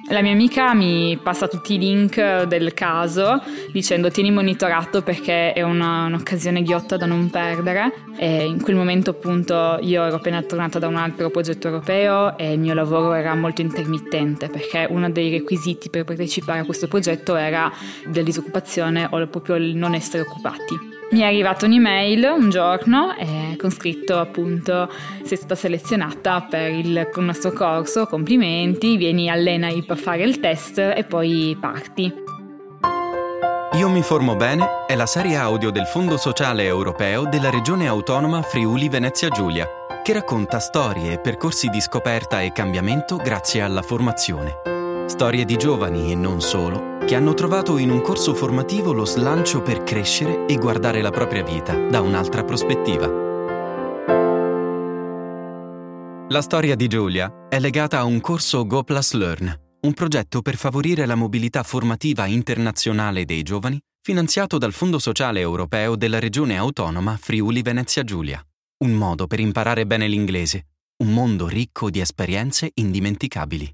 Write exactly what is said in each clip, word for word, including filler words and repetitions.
La mia amica mi passa tutti i link del caso dicendo tieni monitorato perché è una, un'occasione ghiotta da non perdere, e in quel momento appunto io ero appena tornata da un altro progetto europeo e il mio lavoro era molto intermittente perché uno dei requisiti per partecipare a questo progetto era la disoccupazione o proprio il non essere occupati. Mi è arrivata un'email un giorno eh, con scritto appunto sei stata selezionata per il nostro corso, complimenti, vieni all'ENAIP a fare il test e poi parti. Io mi formo bene è la serie audio del Fondo Sociale Europeo della Regione Autonoma Friuli Venezia Giulia, che racconta storie e percorsi di scoperta e cambiamento grazie alla formazione. Storie di giovani e non solo, che hanno trovato in un corso formativo lo slancio per crescere e guardare la propria vita da un'altra prospettiva. La storia di Giulia è legata a un corso Go Plus Learn, un progetto per favorire la mobilità formativa internazionale dei giovani, finanziato dal Fondo Sociale Europeo della Regione Autonoma Friuli Venezia Giulia. Un modo per imparare bene l'inglese, un mondo ricco di esperienze indimenticabili.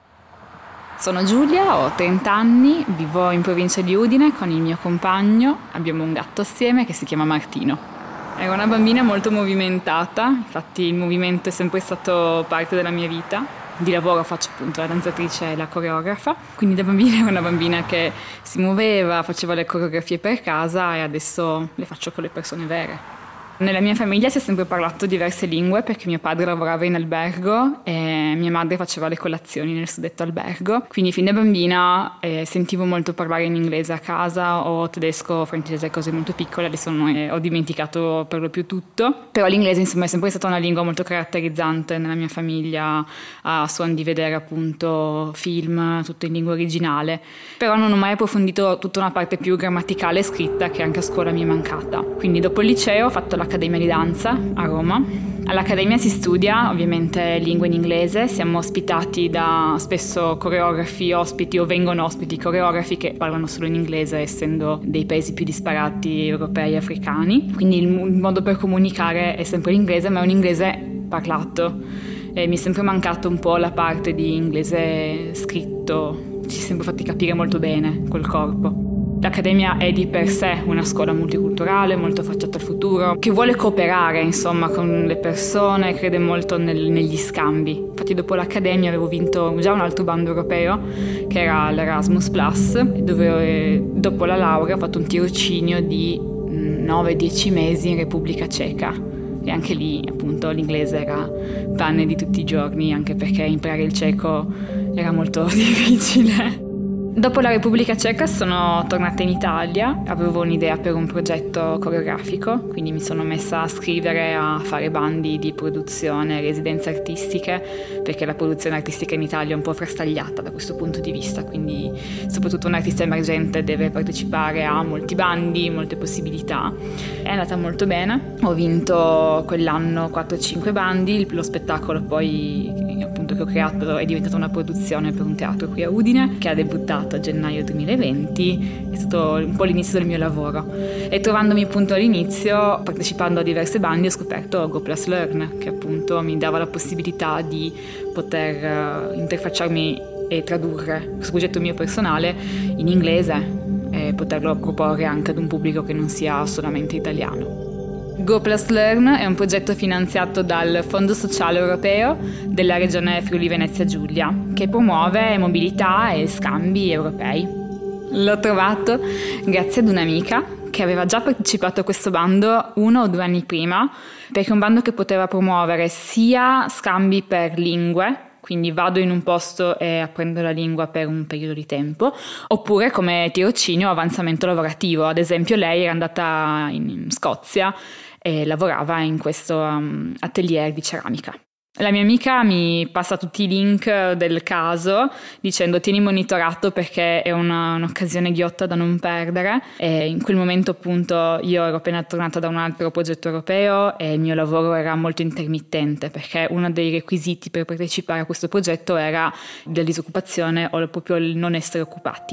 Sono Giulia, ho trenta anni, vivo in provincia di Udine con il mio compagno, abbiamo un gatto assieme che si chiama Martino. Ero una bambina molto movimentata, infatti il movimento è sempre stato parte della mia vita. Di lavoro faccio appunto la danzatrice e la coreografa, quindi da bambina ero una bambina che si muoveva, faceva le coreografie per casa e adesso le faccio con le persone vere. Nella mia famiglia si è sempre parlato diverse lingue perché mio padre lavorava in albergo e mia madre faceva le colazioni nel suddetto albergo, quindi fin da bambina eh, sentivo molto parlare in inglese a casa o tedesco o francese, cose molto piccole, adesso non, eh, ho dimenticato per lo più tutto, però l'inglese insomma è sempre stata una lingua molto caratterizzante nella mia famiglia, a suon di vedere appunto film tutto in lingua originale, però non ho mai approfondito tutta una parte più grammaticale e scritta che anche a scuola mi è mancata, quindi dopo il liceo ho fatto la Accademia di danza a Roma. All'Accademia si studia ovviamente lingua in inglese, siamo ospitati da spesso coreografi ospiti o vengono ospiti coreografi che parlano solo in inglese essendo dei paesi più disparati europei e africani, quindi il modo per comunicare è sempre l'inglese, ma è un inglese parlato e mi è sempre mancato un po' la parte di inglese scritto, ci siamo sempre fatti capire molto bene col corpo. L'Accademia è di per sé una scuola multiculturale, molto affacciata al futuro, che vuole cooperare insomma con le persone, crede molto nel, negli scambi. Infatti dopo l'Accademia avevo vinto già un altro bando europeo, che era l'Erasmus Plus, dove dopo la laurea ho fatto un tirocinio di nove dieci mesi in Repubblica Ceca. E anche lì appunto l'inglese era pane di tutti i giorni, anche perché imparare il ceco era molto difficile. Dopo la Repubblica Ceca sono tornata in Italia, avevo un'idea per un progetto coreografico, quindi mi sono messa a scrivere, a fare bandi di produzione, residenze artistiche, perché la produzione artistica in Italia è un po' frastagliata da questo punto di vista, quindi soprattutto un artista emergente deve partecipare a molti bandi, molte possibilità. È andata molto bene, ho vinto quell'anno quattro cinque bandi, lo spettacolo poi appunto che ho creato è diventata una produzione per un teatro qui a Udine, che ha debuttato a gennaio duemilaventi, è stato un po' l'inizio del mio lavoro e trovandomi appunto all'inizio, partecipando a diverse bandi, ho scoperto Go Plus Learn, che appunto mi dava la possibilità di poter uh, interfacciarmi e tradurre questo progetto mio personale in inglese e poterlo proporre anche ad un pubblico che non sia solamente italiano. Go Plus Learn è un progetto finanziato dal Fondo Sociale Europeo della Regione Friuli Venezia Giulia, che promuove mobilità e scambi europei. L'ho trovato grazie ad un'amica che aveva già partecipato a questo bando uno o due anni prima, perché è un bando che poteva promuovere sia scambi per lingue, quindi vado in un posto e apprendo la lingua per un periodo di tempo, oppure come tirocinio o avanzamento lavorativo. Ad esempio lei era andata in Scozia e lavorava in questo um, atelier di ceramica. La mia amica mi passa tutti i link del caso dicendo tieni monitorato perché è una, un'occasione ghiotta da non perdere, e in quel momento appunto io ero appena tornata da un altro progetto europeo e il mio lavoro era molto intermittente perché uno dei requisiti per partecipare a questo progetto era la disoccupazione o proprio il non essere occupati.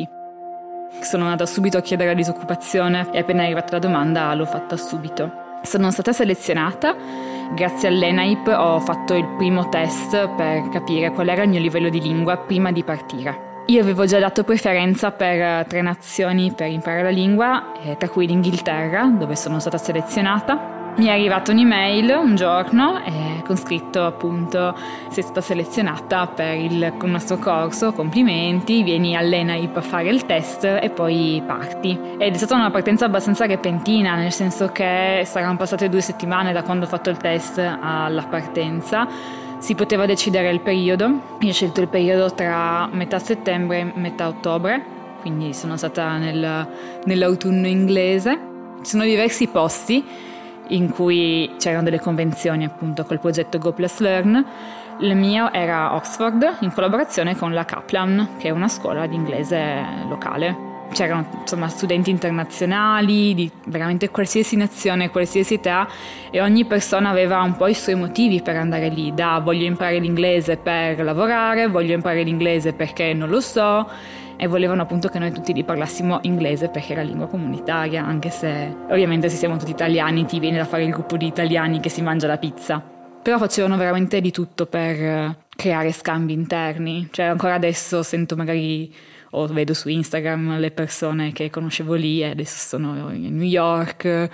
Sono andata subito a chiedere la disoccupazione e appena è arrivata la domanda l'ho fatta subito. Sono stata selezionata Grazie all'E N A I P ho fatto il primo test per capire qual era il mio livello di lingua prima di partire. Io avevo già dato preferenza per tre nazioni per imparare la lingua, eh, tra cui l'Inghilterra, dove sono stata selezionata. Mi è arrivata un'email un giorno eh, con scritto appunto: sei stata selezionata per il nostro corso, complimenti, vieni all'E N A I P a fare il test e poi parti. Ed è stata una partenza abbastanza repentina, nel senso che saranno passate due settimane da quando ho fatto il test alla partenza. Si poteva decidere il periodo, io ho scelto il periodo tra metà settembre e metà ottobre, quindi sono stata nel, nell'autunno inglese. Ci sono diversi posti in cui c'erano delle convenzioni appunto col progetto Go Plus Learn. Il mio era Oxford, in collaborazione con la Kaplan, che è una scuola di inglese locale. C'erano insomma studenti internazionali di veramente qualsiasi nazione, qualsiasi età, e ogni persona aveva un po' i suoi motivi per andare lì, da voglio imparare l'inglese per lavorare, voglio imparare l'inglese perché non lo so, e volevano appunto che noi tutti li parlassimo inglese perché era lingua comunitaria, anche se ovviamente se siamo tutti italiani ti viene da fare il gruppo di italiani che si mangia la pizza. Però facevano veramente di tutto per creare scambi interni, cioè ancora adesso sento magari o vedo su Instagram le persone che conoscevo lì e adesso sono in New York,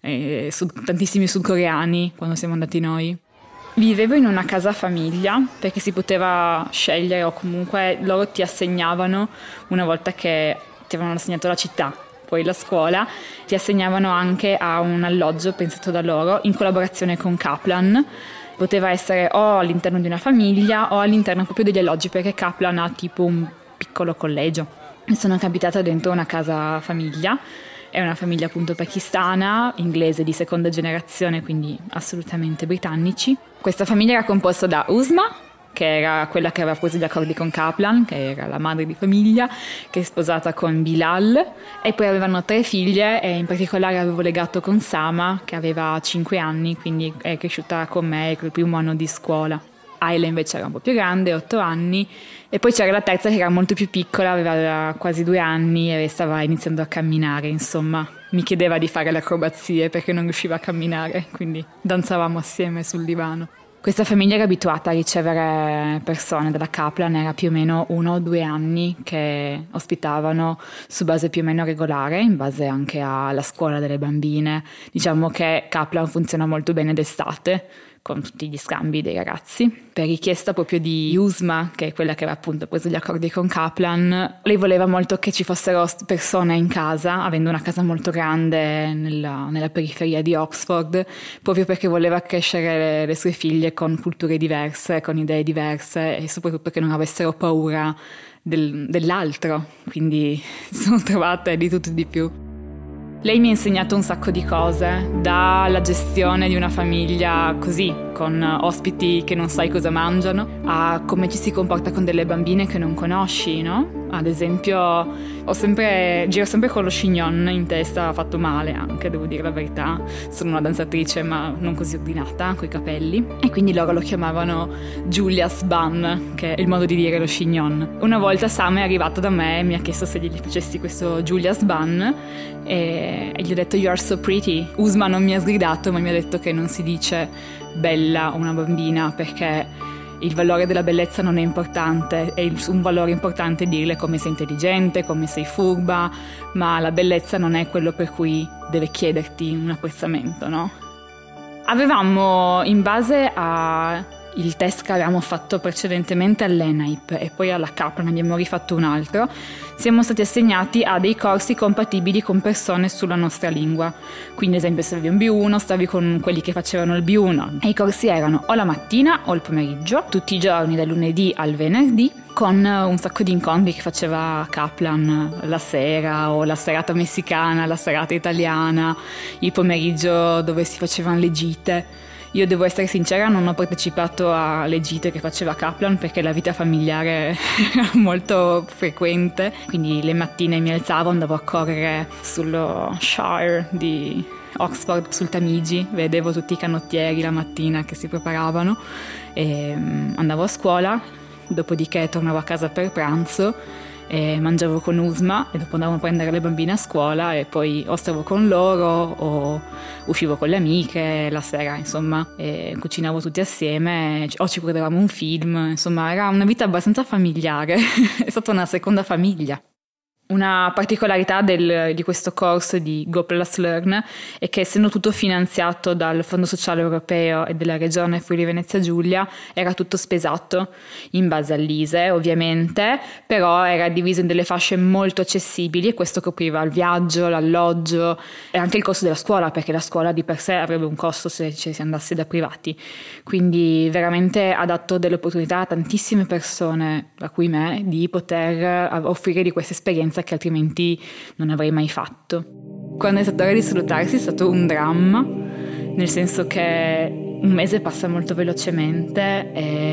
e sud- tantissimi sudcoreani quando siamo andati noi. Vivevo in una casa famiglia perché si poteva scegliere, o comunque loro ti assegnavano, una volta che ti avevano assegnato la città, poi la scuola, ti assegnavano anche a un alloggio pensato da loro in collaborazione con Kaplan. Poteva essere o all'interno di una famiglia o all'interno proprio degli alloggi, perché Kaplan ha tipo un piccolo collegio. E sono capitata dentro una casa famiglia. È una famiglia appunto pakistana, inglese di seconda generazione, quindi assolutamente britannici. Questa famiglia era composta da Uzma, che era quella che aveva preso gli accordi con Kaplan, che era la madre di famiglia, che è sposata con Bilal, e poi avevano tre figlie, e in particolare avevo legato con Sama, che aveva cinque anni, quindi è cresciuta con me il primo anno di scuola. Ayla invece era un po' più grande, otto anni, e poi c'era la terza che era molto più piccola, aveva quasi due anni e stava iniziando a camminare, insomma. Mi chiedeva di fare le acrobazie perché non riusciva a camminare, quindi danzavamo assieme sul divano. Questa famiglia era abituata a ricevere persone dalla Kaplan, era più o meno uno o due anni che ospitavano su base più o meno regolare, in base anche alla scuola delle bambine. Diciamo che Kaplan funziona molto bene d'estate, con tutti gli scambi dei ragazzi. Per richiesta proprio di Uzma, che è quella che aveva appunto preso gli accordi con Kaplan, lei voleva molto che ci fossero persone in casa, avendo una casa molto grande nella, nella periferia di Oxford, proprio perché voleva crescere le, le sue figlie con culture diverse, con idee diverse, e soprattutto che non avessero paura del, dell'altro. Quindi sono trovate di tutto e di più. Lei mi ha insegnato un sacco di cose, dalla gestione di una famiglia così, con ospiti che non sai cosa mangiano, a come ci si comporta con delle bambine che non conosci, no? Ad esempio, ho sempre, giro sempre con lo chignon in testa, fatto male anche, devo dire la verità. Sono una danzatrice ma non così ordinata, coi capelli, e quindi loro lo chiamavano Julia's bun, che è il modo di dire lo chignon. Una volta Sam è arrivato da me e mi ha chiesto se gli facessi questo Julia's bun, e gli ho detto "You are so pretty". Uzma non mi ha sgridato, ma mi ha detto che non si dice bella a una bambina perché il valore della bellezza non è importante, è un valore importante dirle come sei intelligente, come sei furba, ma la bellezza non è quello per cui deve chiederti un apprezzamento, no? Avevamo, in base a il test che avevamo fatto precedentemente all'E N A I P e poi alla Kaplan, abbiamo rifatto un altro, siamo stati assegnati a dei corsi compatibili con persone sulla nostra lingua. Quindi ad esempio se avevi un B uno stavi con quelli che facevano il B uno, e i corsi erano o la mattina o il pomeriggio, tutti i giorni dal lunedì al venerdì, con un sacco di incontri che faceva Kaplan la sera, o la serata messicana, la serata italiana, il pomeriggio dove si facevano le gite. Io devo essere sincera, non ho partecipato alle gite che faceva Kaplan perché la vita familiare era molto frequente, quindi le mattine mi alzavo, andavo a correre sullo Shire di Oxford, sul Tamigi, vedevo tutti i canottieri la mattina che si preparavano, e andavo a scuola, dopodiché tornavo a casa per pranzo e mangiavo con Usma e dopo andavo a prendere le bambine a scuola e poi o stavo con loro o uscivo con le amiche la sera, insomma, e cucinavo tutti assieme o ci guardavamo un film, insomma era una vita abbastanza familiare, è stata una seconda famiglia. Una particolarità del, di questo corso di Go Plus Learn è che, essendo tutto finanziato dal Fondo Sociale Europeo e della Regione Friuli Venezia Giulia, era tutto spesato in base all'I S E E ovviamente, però era diviso in delle fasce molto accessibili e questo copriva il viaggio, l'alloggio e anche il costo della scuola, perché la scuola di per sé avrebbe un costo se ci si andasse da privati, quindi veramente ha dato delle opportunità a tantissime persone, tra cui me, di poter offrire di questa esperienza che altrimenti non avrei mai fatto. Quando è stata ora di salutarsi è stato un dramma, nel senso che un mese passa molto velocemente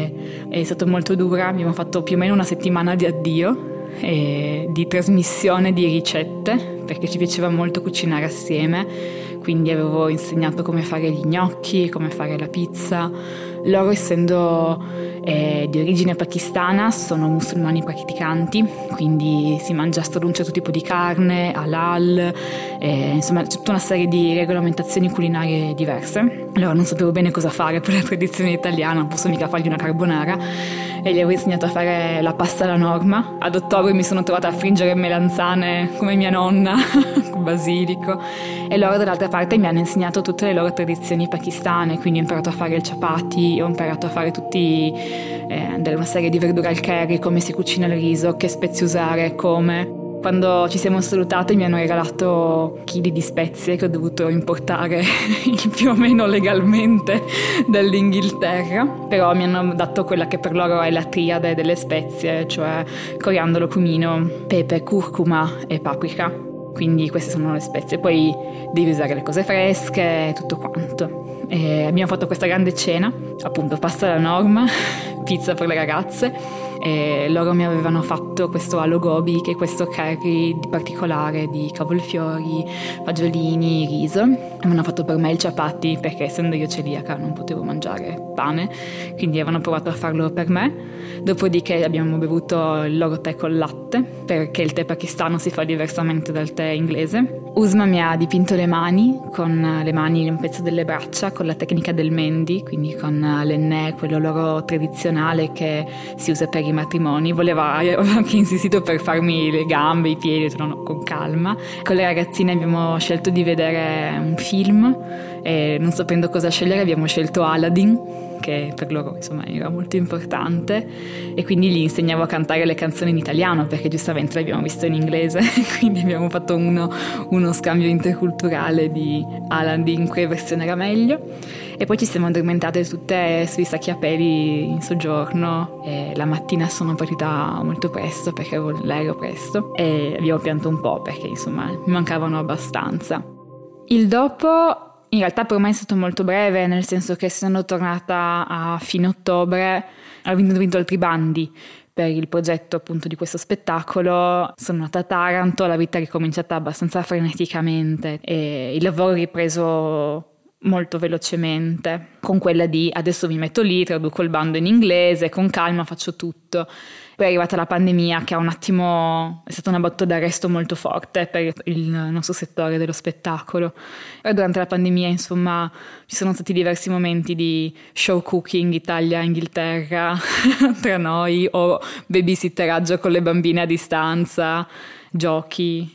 e è stato molto dura. Abbiamo fatto più o meno una settimana di addio e di trasmissione di ricette, perché ci piaceva molto cucinare assieme, quindi avevo insegnato come fare gli gnocchi, come fare la pizza. Loro, essendo eh, di origine pakistana, sono musulmani praticanti, quindi si mangia solo un certo tipo di carne, halal, eh, insomma c'è tutta una serie di regolamentazioni culinarie diverse. Allora non sapevo bene cosa fare per la tradizione italiana, non posso mica fargli una carbonara, e gli avevo insegnato a fare la pasta alla norma. Ad ottobre mi sono trovata a friggere melanzane come mia nonna con basilico, e loro dall'altra parte mi hanno insegnato tutte le loro tradizioni pakistane, quindi ho imparato a fare il chapati, ho imparato a fare tutti eh, una serie di verdure al curry, come si cucina il riso, che spezie usare, come. Quando ci siamo salutate mi hanno regalato chili di spezie che ho dovuto importare più o meno legalmente dall'Inghilterra, però mi hanno dato quella che per loro è la triade delle spezie, cioè coriandolo, cumino, pepe, curcuma e paprika. Quindi queste sono le spezie, poi devi usare le cose fresche e tutto quanto. E abbiamo fatto questa grande cena, appunto pasta alla norma, pizza per le ragazze, e loro mi avevano fatto questo aloo gobi, che è questo curry di particolare di cavolfiori, fagiolini, riso. E mi hanno fatto per me il chapati, perché essendo io celiaca non potevo mangiare pane, quindi avevano provato a farlo per me. Dopodiché abbiamo bevuto il loro tè col latte, perché il tè pakistano si fa diversamente dal tè inglese. Usma mi ha dipinto le mani, con le mani un pezzo delle braccia, con la tecnica del mehndi, quindi con l'ennè, quello loro tradizionale che si usa per i matrimoni. Voleva, aveva anche insistito per farmi le gambe, i piedi, ho detto no, no, con calma. Con le ragazzine abbiamo scelto di vedere un film e, non sapendo cosa scegliere, abbiamo scelto Aladdin, che per loro insomma era molto importante, e quindi gli insegnavo a cantare le canzoni in italiano, perché giustamente l'abbiamo visto in inglese, quindi abbiamo fatto uno, uno scambio interculturale di Aladdin, che versione era meglio. E poi ci siamo addormentate tutte sui sacchi a peli in soggiorno, e la mattina sono partita molto presto perché avevo l'aereo presto, e abbiamo pianto un po' perché insomma mi mancavano abbastanza. Il dopo in realtà per me è stato molto breve, nel senso che essendo tornata a fine ottobre avendo vinto altri bandi per il progetto appunto di questo spettacolo, sono andata a Taranto, la vita è ricominciata abbastanza freneticamente e il lavoro è ripreso molto velocemente, con quella di adesso mi metto lì, traduco il bando in inglese, con calma faccio tutto. Poi è arrivata la pandemia, che ha un attimo, è stata una botta d'arresto molto forte per il nostro settore dello spettacolo. E durante la pandemia insomma ci sono stati diversi momenti di show cooking Italia-Inghilterra tra noi, o babysitteraggio con le bambine a distanza, giochi.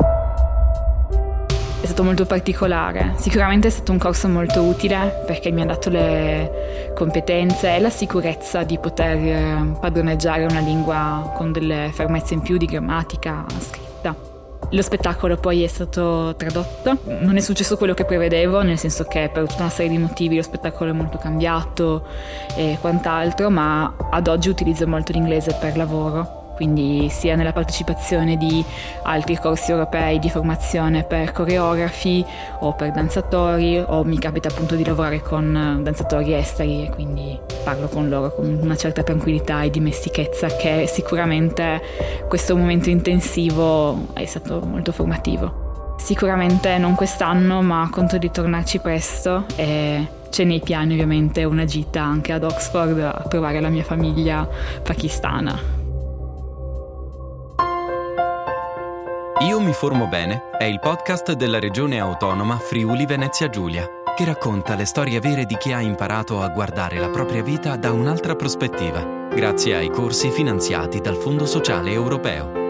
È stato molto particolare, sicuramente è stato un corso molto utile perché mi ha dato le competenze e la sicurezza di poter padroneggiare una lingua con delle fermezze in più di grammatica scritta. Lo spettacolo poi è stato tradotto, non è successo quello che prevedevo, nel senso che per tutta una serie di motivi lo spettacolo è molto cambiato e quant'altro, ma ad oggi utilizzo molto l'inglese per lavoro. Quindi sia nella partecipazione di altri corsi europei di formazione per coreografi o per danzatori, o mi capita appunto di lavorare con danzatori esteri e quindi parlo con loro con una certa tranquillità e dimestichezza, che sicuramente questo momento intensivo è stato molto formativo. Sicuramente non quest'anno, ma conto di tornarci presto, e c'è nei piani ovviamente una gita anche ad Oxford a trovare la mia famiglia pakistana. Io mi formo bene è il podcast della Regione Autonoma Friuli Venezia Giulia, che racconta le storie vere di chi ha imparato a guardare la propria vita da un'altra prospettiva, grazie ai corsi finanziati dal Fondo Sociale Europeo.